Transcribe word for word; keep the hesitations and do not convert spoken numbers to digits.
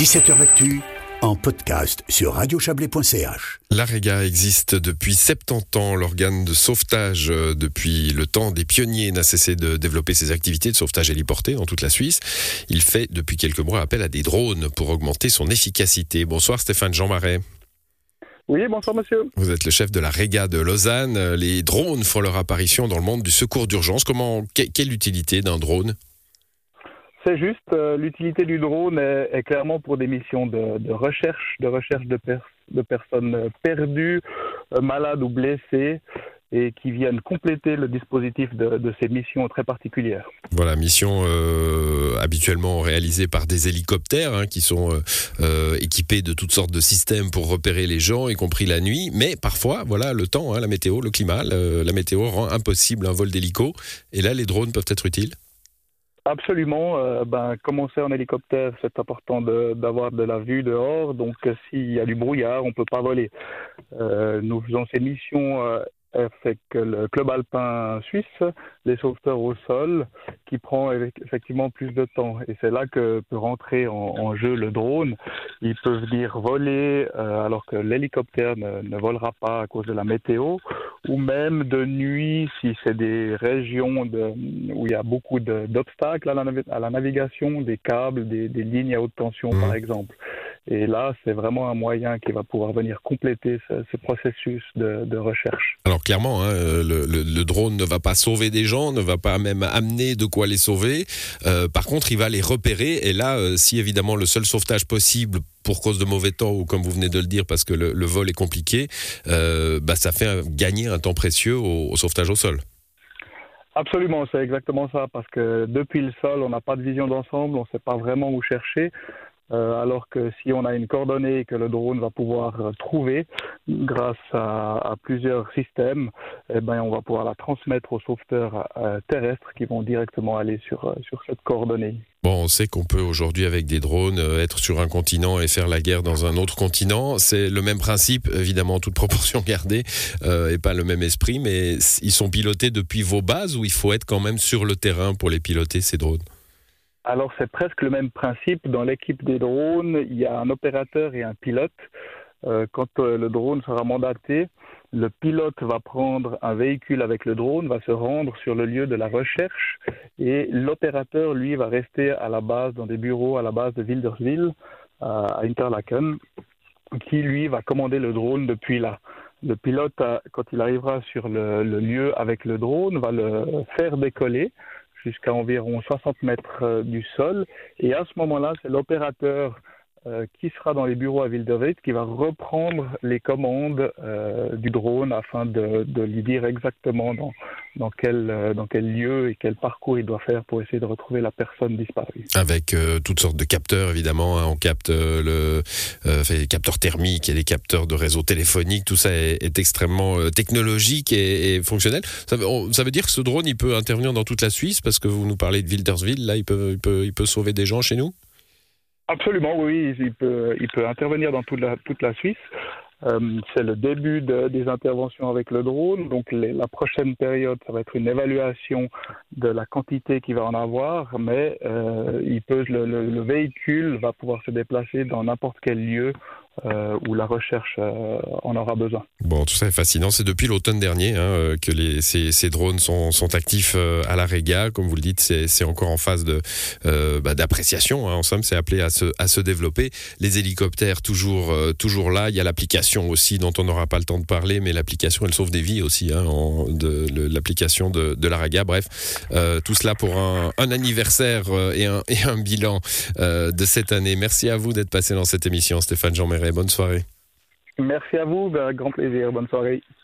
dix-sept heures L'actu, en podcast sur radio chablais point c h. L'AREGA existe depuis soixante-dix ans. L'organe de sauvetage, euh, depuis le temps des pionniers, n'a cessé de développer ses activités de sauvetage héliporté dans toute la Suisse. Il fait depuis quelques mois appel à des drones pour augmenter son efficacité. Bonsoir Stéphane Jean Marais. Oui, bonsoir monsieur. Vous êtes le chef de l'AREGA de Lausanne. Les drones font leur apparition dans le monde du secours d'urgence. Comment, que, quelle utilité d'un drone ? C'est juste, euh, l'utilité du drone est, est clairement pour des missions de, de recherche, de recherche de, per- de personnes perdues, euh, malades ou blessées, et qui viennent compléter le dispositif de, de ces missions très particulières. Voilà, mission euh, habituellement réalisée par des hélicoptères hein, qui sont euh, euh, équipés de toutes sortes de systèmes pour repérer les gens, y compris la nuit. Mais parfois, voilà, le temps, hein, la météo, le climat, le, la météo rend impossible un vol d'hélico. Et là, les drones peuvent être utiles. Absolument. Euh, ben, comme on sait en hélicoptère, c'est important de, d'avoir de la vue dehors. Donc, euh, s'il y a du brouillard, on ne peut pas voler. Euh, nous faisons ces missions euh, avec le club alpin suisse, les sauveteurs au sol, qui prend effectivement plus de temps. Et c'est là que peut rentrer en, en jeu le drone. Ils peuvent venir voler euh, alors que l'hélicoptère ne, ne volera pas à cause de la météo, ou même de nuit si c'est des régions de, où il y a beaucoup de, d'obstacles à la, nav- à la navigation, des câbles, des, des lignes à haute tension mmh. par exemple. Et là, c'est vraiment un moyen qui va pouvoir venir compléter ce, ce processus de, de recherche. Alors clairement, hein, le, le, le drone ne va pas sauver des gens, ne va pas même amener de quoi les sauver. Euh, par contre, il va les repérer. Et là, euh, si évidemment le seul sauvetage possible pour cause de mauvais temps ou comme vous venez de le dire parce que le, le vol est compliqué, euh, bah, ça fait gagner un temps précieux au, au sauvetage au sol. Absolument, c'est exactement ça. Parce que depuis le sol, on n'a pas de vision d'ensemble, on ne sait pas vraiment où chercher. Euh, alors que si on a une coordonnée que le drone va pouvoir euh, trouver grâce à, à plusieurs systèmes, eh ben, on va pouvoir la transmettre aux sauveteurs euh, terrestres qui vont directement aller sur, euh, sur cette coordonnée. Bon, on sait qu'on peut aujourd'hui avec des drones euh, être sur un continent et faire la guerre dans un autre continent. C'est le même principe, évidemment, toute proportion gardée euh, et pas le même esprit, mais ils sont pilotés depuis vos bases ou il faut être quand même sur le terrain pour les piloter, ces drones ? Alors, c'est presque le même principe. Dans l'équipe des drones, il y a un opérateur et un pilote. Euh, quand euh, le drone sera mandaté, le pilote va prendre un véhicule avec le drone, va se rendre sur le lieu de la recherche et l'opérateur, lui, va rester à la base, dans des bureaux à la base de Wilderswil, euh, à Interlaken, qui, lui, va commander le drone depuis là. Le pilote, quand il arrivera sur le, le lieu avec le drone, va le faire décoller jusqu'à environ soixante mètres du sol. Et à ce moment-là, c'est l'opérateur euh, qui sera dans les bureaux à Wilderswil qui va reprendre les commandes euh, du drone afin de, de lui dire exactement dans, dans, quel, euh, dans quel lieu et quel parcours il doit faire pour essayer de retrouver la personne disparue. Avec euh, toutes sortes de capteurs, évidemment. Hein, on capte euh, le, euh, fait des capteurs thermiques et des capteurs de réseau téléphonique. Tout ça est, est extrêmement euh, technologique et, et fonctionnel. Ça veut, on, ça veut dire que ce drone, il peut intervenir dans toute la Suisse parce que vous nous parlez de Wilderswil. Là, il peut, il peut, il peut sauver des gens chez nous ? Absolument, oui. Il peut, il peut intervenir dans toute la, toute la Suisse. Euh, c'est le début de, des interventions avec le drone. Donc les, la prochaine période, ça va être une évaluation de la quantité qu'il va en avoir, mais euh, il peut, le, le, le véhicule va pouvoir se déplacer dans n'importe quel lieu euh, où la recherche euh, en aura besoin. Bon, tout ça est fascinant. C'est depuis l'automne dernier hein, que les, ces, ces drones sont, sont actifs euh, à l'AREGA. Comme vous le dites, c'est, c'est encore en phase de, euh, bah, d'appréciation. Hein. En somme, c'est appelé à se, à se développer. Les hélicoptères, toujours, euh, toujours là. Il y a l'application aussi, dont on n'aura pas le temps de parler, mais l'application, elle sauve des vies aussi, hein, en, de, de l'application de, de l'AREGA. Bref, euh, tout cela pour un, un anniversaire euh, et, un, et un bilan euh, de cette année. Merci à vous d'être passé dans cette émission, Stéphane Jean Marais. Bonne soirée. Merci à vous, avec grand plaisir. Bonne soirée.